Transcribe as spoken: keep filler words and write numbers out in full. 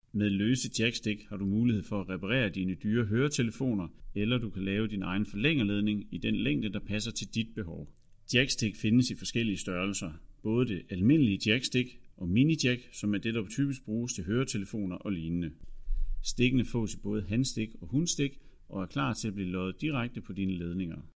Med løse jackstik har du mulighed for at reparere dine dyre høretelefoner, eller du kan lave din egen forlængerledning i den længde, der passer til dit behov. Jackstik findes i forskellige størrelser, både det almindelige jackstik og mini-jack, som er det, der typisk bruges til høretelefoner og lignende. Stikkene fås i både handstik og hundstik og er klar til at blive loddet direkte på dine ledninger.